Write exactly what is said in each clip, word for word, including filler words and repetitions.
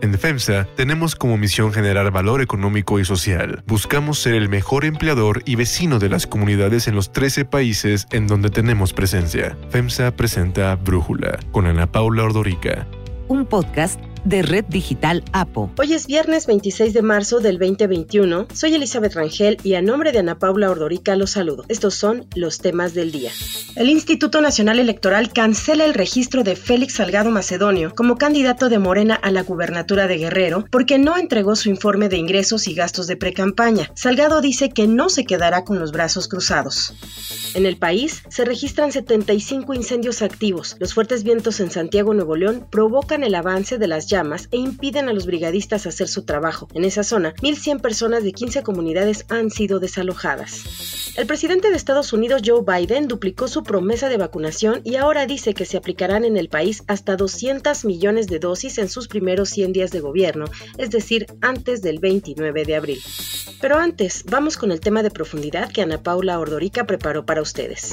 En FEMSA tenemos como misión generar valor económico y social. Buscamos ser el mejor empleador y vecino de las comunidades en los trece países en donde tenemos presencia. FEMSA presenta Brújula con Ana Paula Ordorica. Un podcast de Red Digital APO. Hoy es viernes veintiséis de marzo del veinte veintiuno. Soy Elizabeth Rangel y a nombre de Ana Paula Ordorica los saludo. Estos son los temas del día. El Instituto Nacional Electoral cancela el registro de Félix Salgado Macedonio como candidato de Morena a la gubernatura de Guerrero porque no entregó su informe de ingresos y gastos de precampaña. Salgado dice que no se quedará con los brazos cruzados. En el país se registran setenta y cinco incendios activos. Los fuertes vientos en Santiago, Nuevo León, provocan el avance de las llamas e impiden a los brigadistas hacer su trabajo. En esa zona, mil cien personas de quince comunidades han sido desalojadas. El presidente de Estados Unidos, Joe Biden, duplicó su promesa de vacunación y ahora dice que se aplicarán en el país hasta doscientos millones de dosis en sus primeros cien días de gobierno, es decir, antes del veintinueve de abril. Pero antes, vamos con el tema de profundidad que Ana Paula Ordorica preparó para ustedes.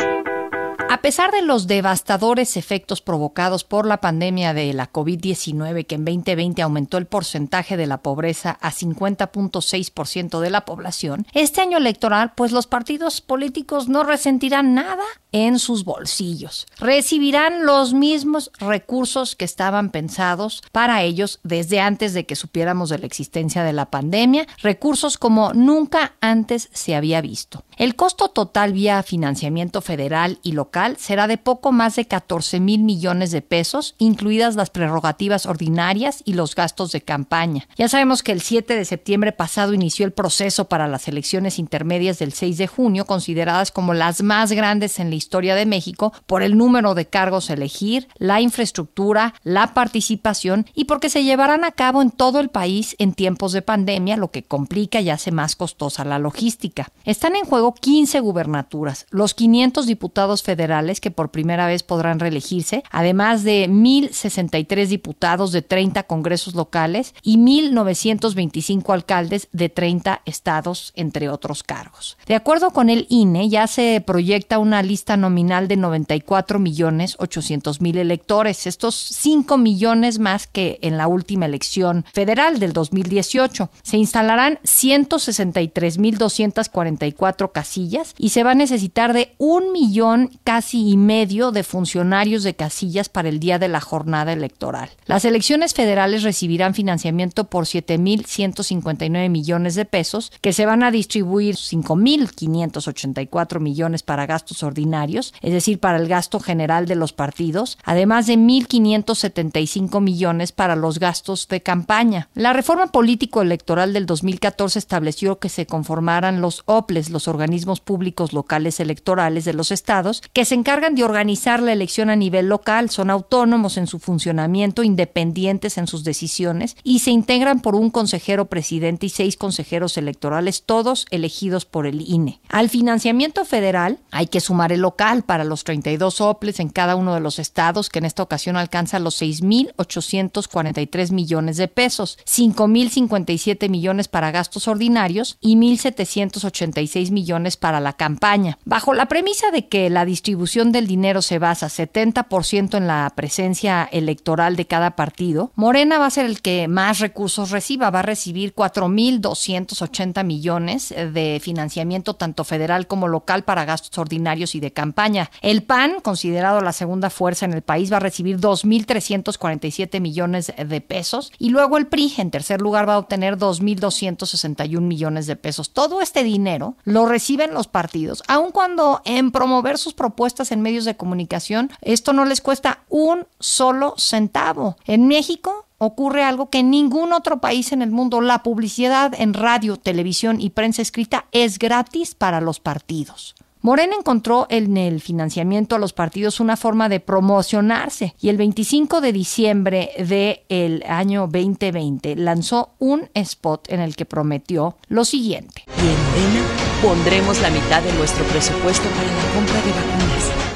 A pesar de los devastadores efectos provocados por la pandemia de la covid diecinueve, que en veinte veinte aumentó el porcentaje de la pobreza a cincuenta punto seis por ciento de la población, este año electoral, pues los partidos políticos no resentirán nada en sus bolsillos. Recibirán los mismos recursos que estaban pensados para ellos desde antes de que supiéramos de la existencia de la pandemia, recursos como nunca antes se había visto. El costo total vía financiamiento federal y local será de poco más de catorce mil millones de pesos, incluidas las prerrogativas ordinarias y los gastos de campaña. Ya sabemos que el siete de septiembre pasado inició el proceso para las elecciones intermedias del seis de junio, consideradas como las más grandes en la historia de México por el número de cargos a elegir, la infraestructura, la participación y porque se llevarán a cabo en todo el país en tiempos de pandemia, lo que complica y hace más costosa la logística. Están en juego quince gubernaturas, los quinientos diputados federales que por primera vez podrán reelegirse, además de mil sesenta y tres diputados de treinta congresos locales y mil novecientos veinticinco alcaldes de treinta estados, entre otros cargos. De acuerdo con el I N E, ya se proyecta una lista nominal de noventa y cuatro millones ochocientos mil electores, estos cinco millones más que en la última elección federal del dos mil dieciocho. Se instalarán ciento sesenta y tres mil doscientas cuarenta y cuatro casillas y se va a necesitar de un millón casi y medio de funcionarios de casillas para el día de la jornada electoral. Las elecciones federales recibirán financiamiento por siete mil ciento cincuenta y nueve millones de pesos, que se van a distribuir cinco mil quinientos ochenta y cuatro millones para gastos ordinarios, es decir, para el gasto general de los partidos, además de mil quinientos setenta y cinco millones para los gastos de campaña. La reforma político-electoral del dos mil catorce estableció que se conformaran los O P L Es, los organismos públicos locales electorales de los estados, que se encargan de organizar la elección a nivel local, son autónomos en su funcionamiento, independientes en sus decisiones y se integran por un consejero presidente y seis consejeros electorales, todos elegidos por el I N E. Al financiamiento federal hay que sumar el local para los treinta y dos O P L Es en cada uno de los estados, que en esta ocasión alcanza los seis mil ochocientos cuarenta y tres millones de pesos, cinco mil cincuenta y siete millones para gastos ordinarios y mil setecientos ochenta y seis millones para la campaña. Bajo la premisa de que la distribución del dinero se basa setenta por ciento en la presencia electoral de cada partido, Morena va a ser el que más recursos reciba, va a recibir cuatro mil doscientos ochenta millones de financiamiento tanto federal como local para gastos ordinarios y de campaña. El P A N, considerado la segunda fuerza en el país, va a recibir dos mil trescientos cuarenta y siete millones de pesos y luego el P R I, en tercer lugar, va a obtener dos mil doscientos sesenta y un millones de pesos. Todo este dinero lo reciben los partidos, aun cuando en promover sus propuestas en medios de comunicación esto no les cuesta un solo centavo. En México ocurre algo que en ningún otro país en el mundo: la publicidad en radio, televisión y prensa escrita es gratis para los partidos. Morena encontró en el financiamiento a los partidos una forma de promocionarse y el veinticinco de diciembre del año veinte veinte lanzó un spot en el que prometió lo siguiente. Y en Morena pondremos la mitad de nuestro presupuesto para la compra de vacunas.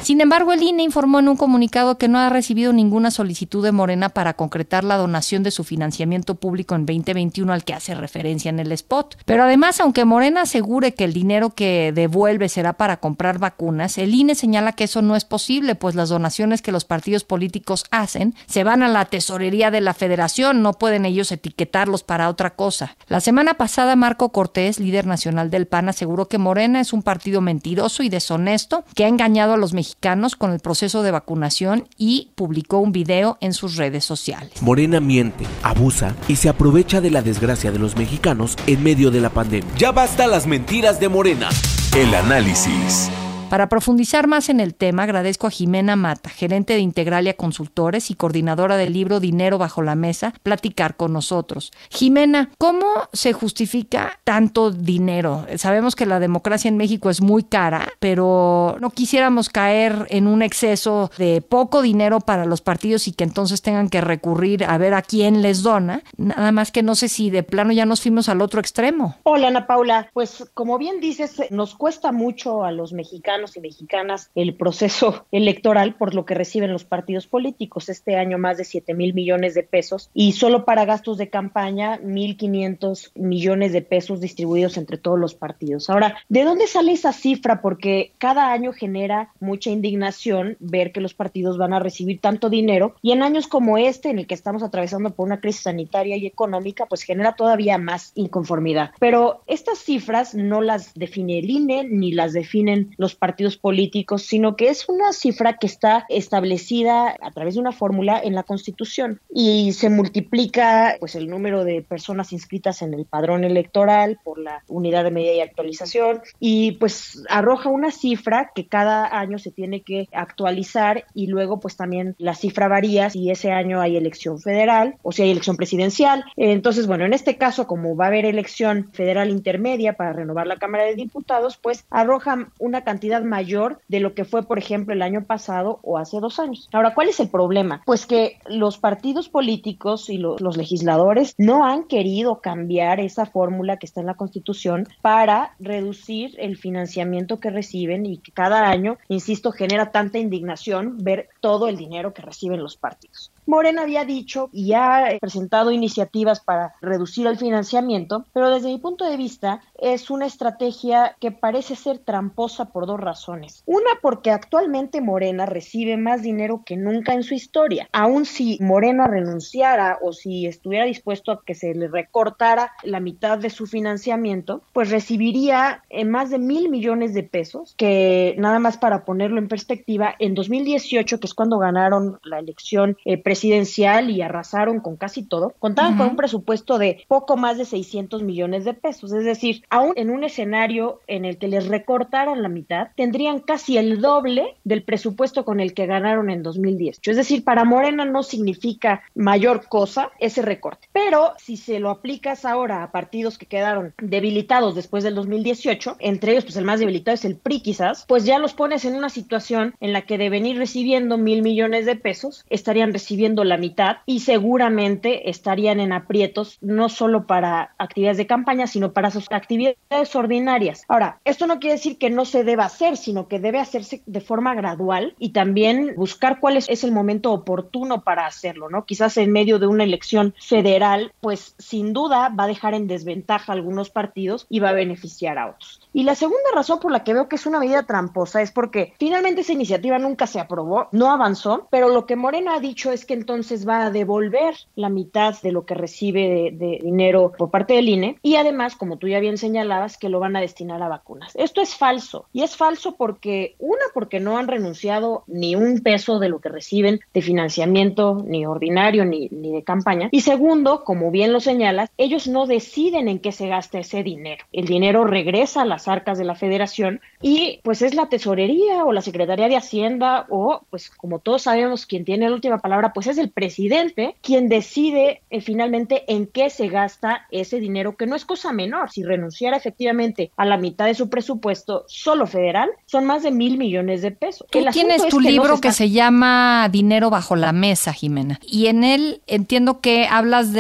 Sin embargo, el I N E informó en un comunicado que no ha recibido ninguna solicitud de Morena para concretar la donación de su financiamiento público en veinte veintiuno al que hace referencia en el spot. Pero además, aunque Morena asegure que el dinero que devuelve será para comprar vacunas, el I N E señala que eso no es posible, pues las donaciones que los partidos políticos hacen se van a la tesorería de la federación, no pueden ellos etiquetarlos para otra cosa. La semana pasada, Marco Cortés, líder nacional del P A N, aseguró que Morena es un partido mentiroso y deshonesto que ha engañado a los mexicanos con el proceso de vacunación y publicó un video en sus redes sociales. Morena miente, abusa y se aprovecha de la desgracia de los mexicanos en medio de la pandemia. Ya basta las mentiras de Morena. El análisis. Para profundizar más en el tema, agradezco a Jimena Mata, gerente de Integralia Consultores y coordinadora del libro Dinero bajo la mesa, platicar con nosotros. Jimena, ¿cómo se justifica tanto dinero? Sabemos que la democracia en México es muy cara, pero no quisiéramos caer en un exceso de poco dinero para los partidos y que entonces tengan que recurrir a ver a quién les dona. Nada más que no sé si de plano ya nos fuimos al otro extremo. Hola, Ana Paula. Pues como bien dices, nos cuesta mucho a los mexicanos y mexicanas el proceso electoral por lo que reciben los partidos políticos. Este año más de siete mil millones de pesos y solo para gastos de campaña mil quinientos millones de pesos distribuidos entre todos los partidos. Ahora, ¿de dónde sale esa cifra? Porque cada año genera mucha indignación ver que los partidos van a recibir tanto dinero y en años como este, en el que estamos atravesando por una crisis sanitaria y económica, pues genera todavía más inconformidad. Pero estas cifras no las define el I N E ni las definen los partidos partidos políticos, sino que es una cifra que está establecida a través de una fórmula en la Constitución y se multiplica pues el número de personas inscritas en el padrón electoral por la unidad de medida y actualización y pues arroja una cifra que cada año se tiene que actualizar y luego pues también la cifra varía si ese año hay elección federal o si hay elección presidencial. Entonces, bueno, en este caso, como va a haber elección federal intermedia para renovar la Cámara de Diputados, pues arroja una cantidad mayor de lo que fue, por ejemplo, el año pasado o hace dos años. Ahora, ¿cuál es el problema? Pues que los partidos políticos y lo, los legisladores no han querido cambiar esa fórmula que está en la Constitución para reducir el financiamiento que reciben y que cada año, insisto, genera tanta indignación ver todo el dinero que reciben los partidos. Morena había dicho y ha presentado iniciativas para reducir el financiamiento, pero desde mi punto de vista es una estrategia que parece ser tramposa por dos razones. Una, porque actualmente Morena recibe más dinero que nunca en su historia. Aun si Morena renunciara o si estuviera dispuesto a que se le recortara la mitad de su financiamiento, pues recibiría más de mil millones de pesos, que nada más para ponerlo en perspectiva, en dos mil dieciocho, que es cuando ganaron la elección eh, presidencial, presidencial y arrasaron con casi todo, contaban uh-huh. con un presupuesto de poco más de seiscientos millones de pesos, es decir, aún en un escenario en el que les recortaran la mitad, tendrían casi el doble del presupuesto con el que ganaron en dos mil dieciocho, es decir, para Morena no significa mayor cosa ese recorte, pero si se lo aplicas ahora a partidos que quedaron debilitados después del dos mil dieciocho, entre ellos pues el más debilitado es el P R I quizás, pues ya los pones en una situación en la que de venir recibiendo mil millones de pesos, estarían recibiendo la mitad y seguramente estarían en aprietos no solo para actividades de campaña, sino para sus actividades ordinarias. Ahora, esto no quiere decir que no se deba hacer, sino que debe hacerse de forma gradual y también buscar cuál es, es el momento oportuno para hacerlo, ¿no? Quizás en medio de una elección federal, pues sin duda va a dejar en desventaja a algunos partidos y va a beneficiar a otros. Y la segunda razón por la que veo que es una medida tramposa es porque finalmente esa iniciativa nunca se aprobó, no avanzó, pero lo que Morena ha dicho es que entonces va a devolver la mitad de lo que recibe de, de dinero por parte del I N E y además, como tú ya bien señalabas, que lo van a destinar a vacunas. Esto es falso y es falso porque, una, porque no han renunciado ni un peso de lo que reciben de financiamiento ni ordinario ni, ni de campaña y segundo, como bien lo señalas, ellos no deciden en qué se gasta ese dinero. El dinero regresa a las arcas de la federación y pues es la tesorería o la Secretaría de Hacienda o pues como todos sabemos quien tiene la última palabra pues es el presidente quien decide eh, finalmente en qué se gasta ese dinero, que no es cosa menor. Si renunciara efectivamente a la mitad de su presupuesto solo federal, son más de mil millones de pesos. Tú tienes tu libro no se está... que se llama Dinero bajo la mesa, Jimena, y en él entiendo que hablas de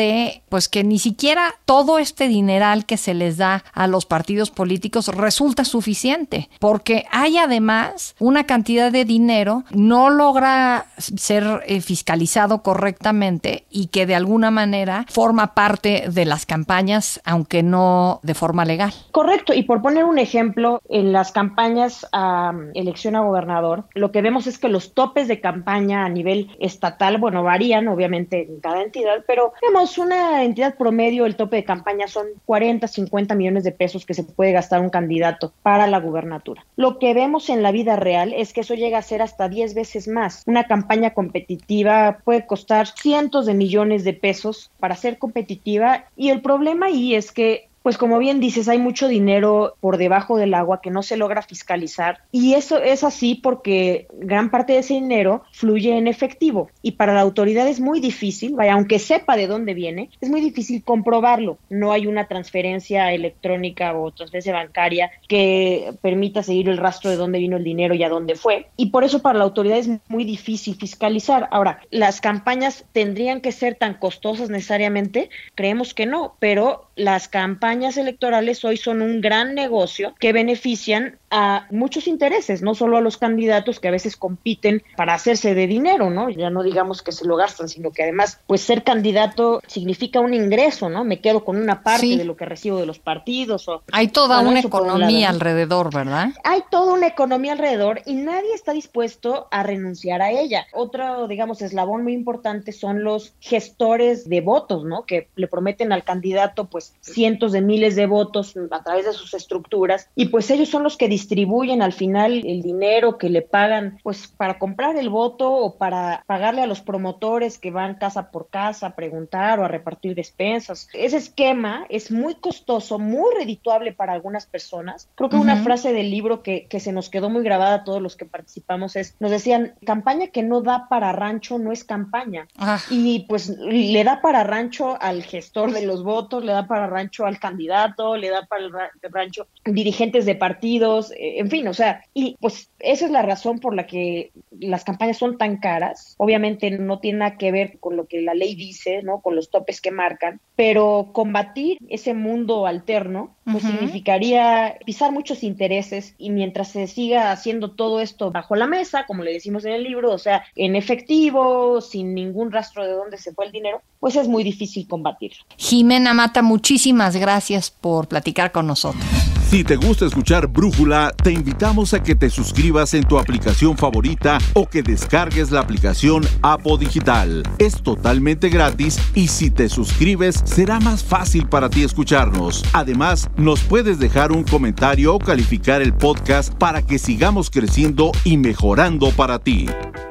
pues que ni siquiera todo este dineral que se les da a los partidos políticos resulta suficiente, porque hay además una cantidad de dinero no logra ser eh, fiscalizado correctamente y que de alguna manera forma parte de las campañas, aunque no de forma legal. Correcto, y por poner un ejemplo, en las campañas a um, elección a gobernador, lo que vemos es que los topes de campaña a nivel estatal, bueno, varían obviamente en cada entidad, pero vemos una entidad promedio, el tope de campaña son cuarenta, cincuenta millones de pesos que se puede gastar un candidato para la gubernatura. Lo que vemos en la vida real es que eso llega a ser hasta diez veces más. Una campaña competitiva puede costar cientos de millones de pesos para ser competitiva, y el problema ahí es que, pues como bien dices, hay mucho dinero por debajo del agua que no se logra fiscalizar, y eso es así porque gran parte de ese dinero fluye en efectivo y para la autoridad es muy difícil, vaya, aunque sepa de dónde viene, es muy difícil comprobarlo. No hay una transferencia electrónica o transferencia bancaria que permita seguir el rastro de dónde vino el dinero y a dónde fue, y por eso para la autoridad es muy difícil fiscalizar. Ahora, ¿las campañas tendrían que ser tan costosas necesariamente? Creemos que no, pero las campañas campañas electorales hoy son un gran negocio que benefician a muchos intereses, no solo a los candidatos que a veces compiten para hacerse de dinero, ¿no? Ya no digamos que se lo gastan, sino que además, pues ser candidato significa un ingreso, ¿no? Me quedo con una parte sí. de lo que recibo de los partidos. O, Hay toda una economía un alrededor, ¿verdad? Hay toda una economía alrededor y nadie está dispuesto a renunciar a ella. Otro, digamos, eslabón muy importante son los gestores de votos, ¿no? Que le prometen al candidato, pues, cientos de miles de votos a través de sus estructuras, y pues ellos son los que distribuyen al final el dinero que le pagan, pues, para comprar el voto o para pagarle a los promotores que van casa por casa a preguntar o a repartir despensas. Ese esquema es muy costoso, muy redituable para algunas personas. Creo que uh-huh. una frase del libro que, que se nos quedó muy grabada a todos los que participamos es, nos decían, campaña que no da para rancho no es campaña. Uh. Y pues le da para rancho al gestor de los votos, le da para rancho al candidato, le da para el rancho dirigentes de partidos, eh, en fin, o sea, y pues esa es la razón por la que las campañas son tan caras. Obviamente no tiene nada que ver con lo que la ley dice, ¿no? Con los topes que marcan, pero combatir ese mundo alterno pues uh-huh. significaría pisar muchos intereses, y mientras se siga haciendo todo esto bajo la mesa, como le decimos en el libro, o sea, en efectivo, sin ningún rastro de dónde se fue el dinero, pues es muy difícil combatirlo. Jimena Mata, muchísimas gracias por platicar con nosotros. Si te gusta escuchar Brújula, te invitamos a que te suscribas en tu aplicación favorita o que descargues la aplicación Apo Digital. Es totalmente gratis y si te suscribes será más fácil para ti escucharnos. Además, nos puedes dejar un comentario o calificar el podcast para que sigamos creciendo y mejorando para ti.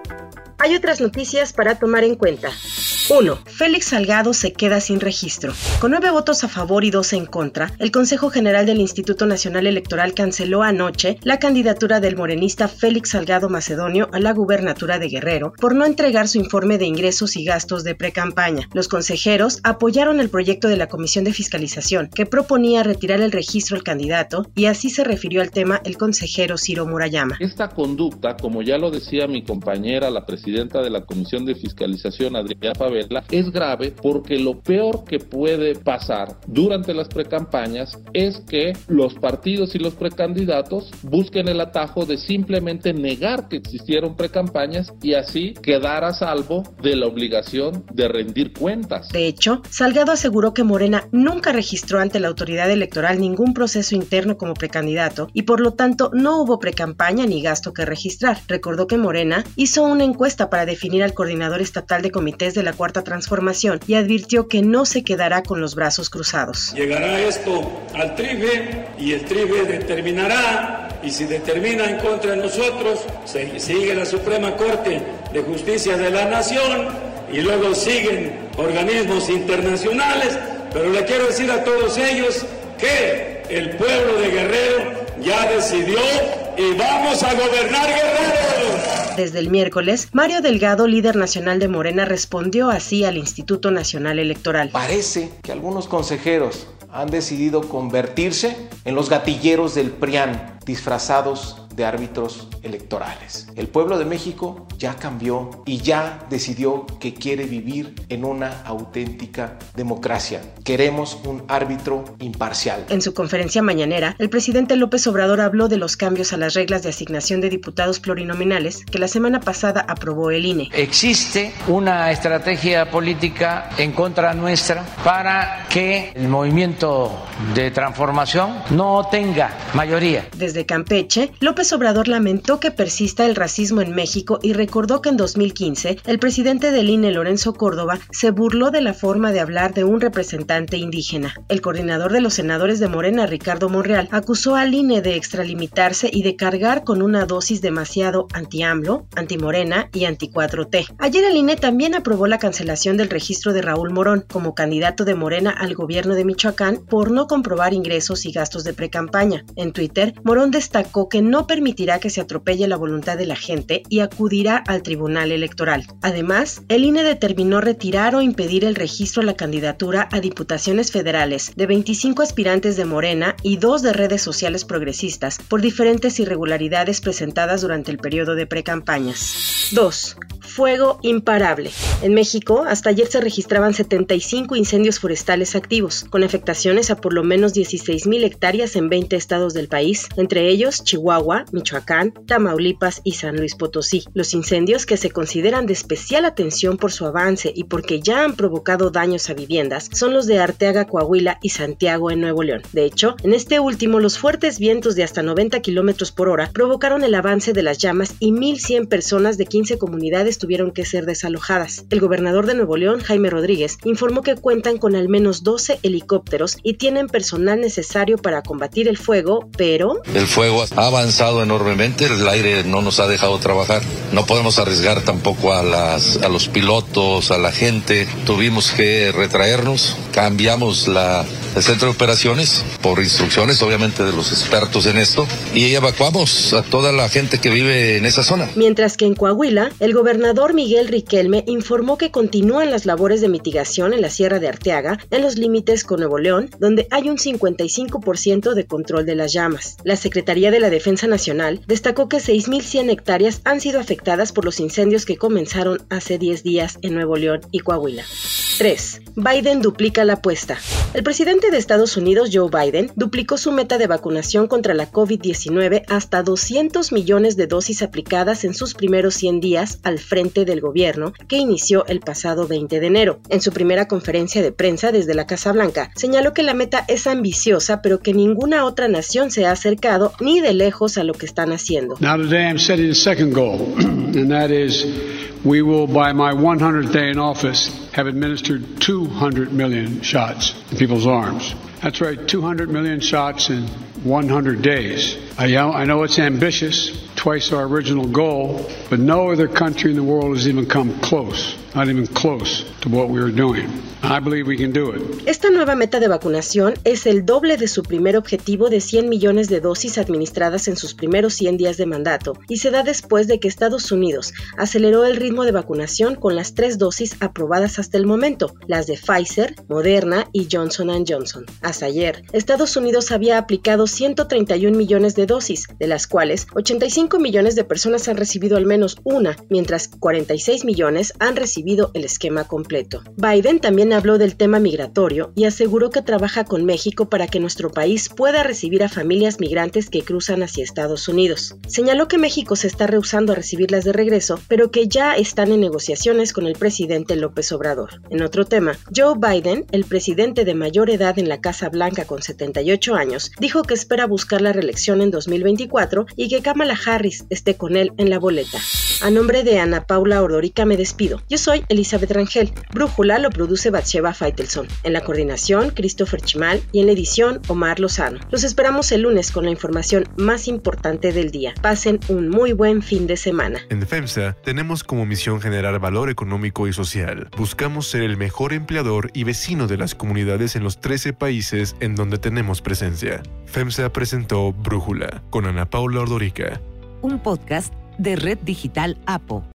Hay otras noticias para tomar en cuenta. uno. Félix Salgado se queda sin registro. Con nueve votos a favor y dos en contra, el Consejo General del Instituto Nacional Electoral canceló anoche la candidatura del morenista Félix Salgado Macedonio a la gubernatura de Guerrero por no entregar su informe de ingresos y gastos de precampaña. Los consejeros apoyaron el proyecto de la Comisión de Fiscalización, que proponía retirar el registro al candidato, y así se refirió al tema el consejero Ciro Murayama. Esta conducta, como ya lo decía mi compañera, la presidenta de la Comisión de Fiscalización, Adriana Favela, es grave porque lo peor que puede pasar durante las precampañas es que los partidos y los precandidatos busquen el atajo de simplemente negar que existieron precampañas y así quedar a salvo de la obligación de rendir cuentas. De hecho, Salgado aseguró que Morena nunca registró ante la autoridad electoral ningún proceso interno como precandidato y por lo tanto no hubo precampaña ni gasto que registrar. Recordó que Morena hizo una encuesta para definir al coordinador estatal de comités de la Cuarta Transformación y advirtió que no se quedará con los brazos cruzados. Llegará esto al T R I B E y el T R I B E determinará, y si determina en contra de nosotros, se sigue la Suprema Corte de Justicia de la Nación y luego siguen organismos internacionales, pero le quiero decir a todos ellos que el pueblo de Guerrero ya decidió y vamos a gobernar Guerrero. Desde el miércoles, Mario Delgado, líder nacional de Morena, respondió así al Instituto Nacional Electoral. Parece que algunos consejeros han decidido convertirse en los gatilleros del P R I A N, disfrazados de árbitros electorales. El pueblo de México ya cambió y ya decidió que quiere vivir en una auténtica democracia. Queremos un árbitro imparcial. En su conferencia mañanera, el presidente López Obrador habló de los cambios a las reglas de asignación de diputados plurinominales que la semana pasada aprobó el I N E. Existe una estrategia política en contra nuestra para que el movimiento de transformación no tenga mayoría. Desde Campeche, López Obrador lamentó que persista el racismo en México y recordó que en dos mil quince el presidente del I N E, Lorenzo Córdoba, se burló de la forma de hablar de un representante indígena. El coordinador de los senadores de Morena, Ricardo Monreal, acusó al I N E de extralimitarse y de cargar con una dosis demasiado anti-AMLO, anti-Morena y anti cuatro T. Ayer el I N E también aprobó la cancelación del registro de Raúl Morón como candidato de Morena al gobierno de Michoacán por no comprobar ingresos y gastos de precampaña. En Twitter, Morón destacó que no permitirá que se atropelle la voluntad de la gente y acudirá al Tribunal Electoral. Además, el I N E determinó retirar o impedir el registro a la candidatura a diputaciones federales de veinticinco aspirantes de Morena y dos de redes sociales progresistas por diferentes irregularidades presentadas durante el periodo de precampañas. dos. Fuego imparable. En México, hasta ayer se registraban setenta y cinco incendios forestales activos, con afectaciones a por lo menos dieciséis mil hectáreas en veinte estados del país, entre ellos Chihuahua, Michoacán, Tamaulipas y San Luis Potosí. Los incendios, que se consideran de especial atención por su avance y porque ya han provocado daños a viviendas, son los de Arteaga, Coahuila y Santiago en Nuevo León. De hecho, en este último, los fuertes vientos de hasta noventa kilómetros por hora provocaron el avance de las llamas y mil cien personas de quince comunidades tuvieron que ser desalojadas. El gobernador de Nuevo León, Jaime Rodríguez, informó que cuentan con al menos doce helicópteros y tienen personal necesario para combatir el fuego, pero... El fuego ha avanzado enormemente, el aire no nos ha dejado trabajar. No podemos arriesgar tampoco a, las, a los pilotos, a la gente. Tuvimos que retraernos, cambiamos la, el centro de operaciones por instrucciones, obviamente, de los expertos en esto, y evacuamos a toda la gente que vive en esa zona. Mientras que en Coahuila, el gobernador Miguel Riquelme informó que continúan las labores de mitigación en la Sierra de Arteaga, en los límites con Nuevo León, donde hay un cincuenta y cinco por ciento de control de las llamas. La Secretaría de la Defensa Nacional destacó que seis mil cien hectáreas han sido afectadas por los incendios que comenzaron hace diez días en Nuevo León y Coahuila. tres. Biden duplica la apuesta. El presidente de Estados Unidos, Joe Biden, duplicó su meta de vacunación contra la COVID diecinueve hasta doscientos millones de dosis aplicadas en sus primeros cien días al frente del gobierno, que inició el pasado veinte de enero. En su primera conferencia de prensa desde la Casa Blanca, señaló que la meta es ambiciosa, pero que ninguna otra nación se ha acercado ni de lejos a lo que están haciendo. Now today I'm setting a second goal, and that is we will, by my one hundredth day in office, have administered two hundred million shots in people's arms. That's right, two hundred million shots in one hundred days. I know, I know it's ambitious, twice our original goal, but no other country in the world has even come close, not even close to what we are doing. I believe we can do it. Esta nueva meta de vacunación es el doble de su primer objetivo de cien millones de dosis administradas en sus primeros cien días de mandato, y se da después de que Estados Unidos aceleró el ritmo de vacunación con las tres dosis aprobadas hasta el momento, las de Pfizer, Moderna y Johnson and Johnson. Hasta ayer, Estados Unidos había aplicado ciento treinta y un millones de dosis, de las cuales ochenta y cinco millones de personas han recibido al menos una, mientras cuarenta y seis millones han recibido el esquema completo. Biden también habló del tema migratorio y aseguró que trabaja con México para que nuestro país pueda recibir a familias migrantes que cruzan hacia Estados Unidos. Señaló que México se está rehusando a recibirlas de regreso, pero que ya están en negociaciones con el presidente López Obrador. En otro tema, Joe Biden, el presidente de mayor edad en la Casa Blanca con setenta y ocho años, dijo que espera buscar la reelección en dos mil veinticuatro y que Kamala Harris esté con él en la boleta. A nombre de Ana Paula Ordorica me despido. Yo soy Elizabeth Rangel. Brújula lo produce Bathsheba Faitelson. En la coordinación, Christopher Chimal, y en la edición, Omar Lozano. Los esperamos el lunes con la información más importante del día. Pasen un muy buen fin de semana. En FEMSA tenemos como misión generar valor económico y social. Buscamos ser el mejor empleador y vecino de las comunidades en los trece países en donde tenemos presencia. FEMSA presentó Brújula con Ana Paula Ordorica. Un podcast de Red Digital APO.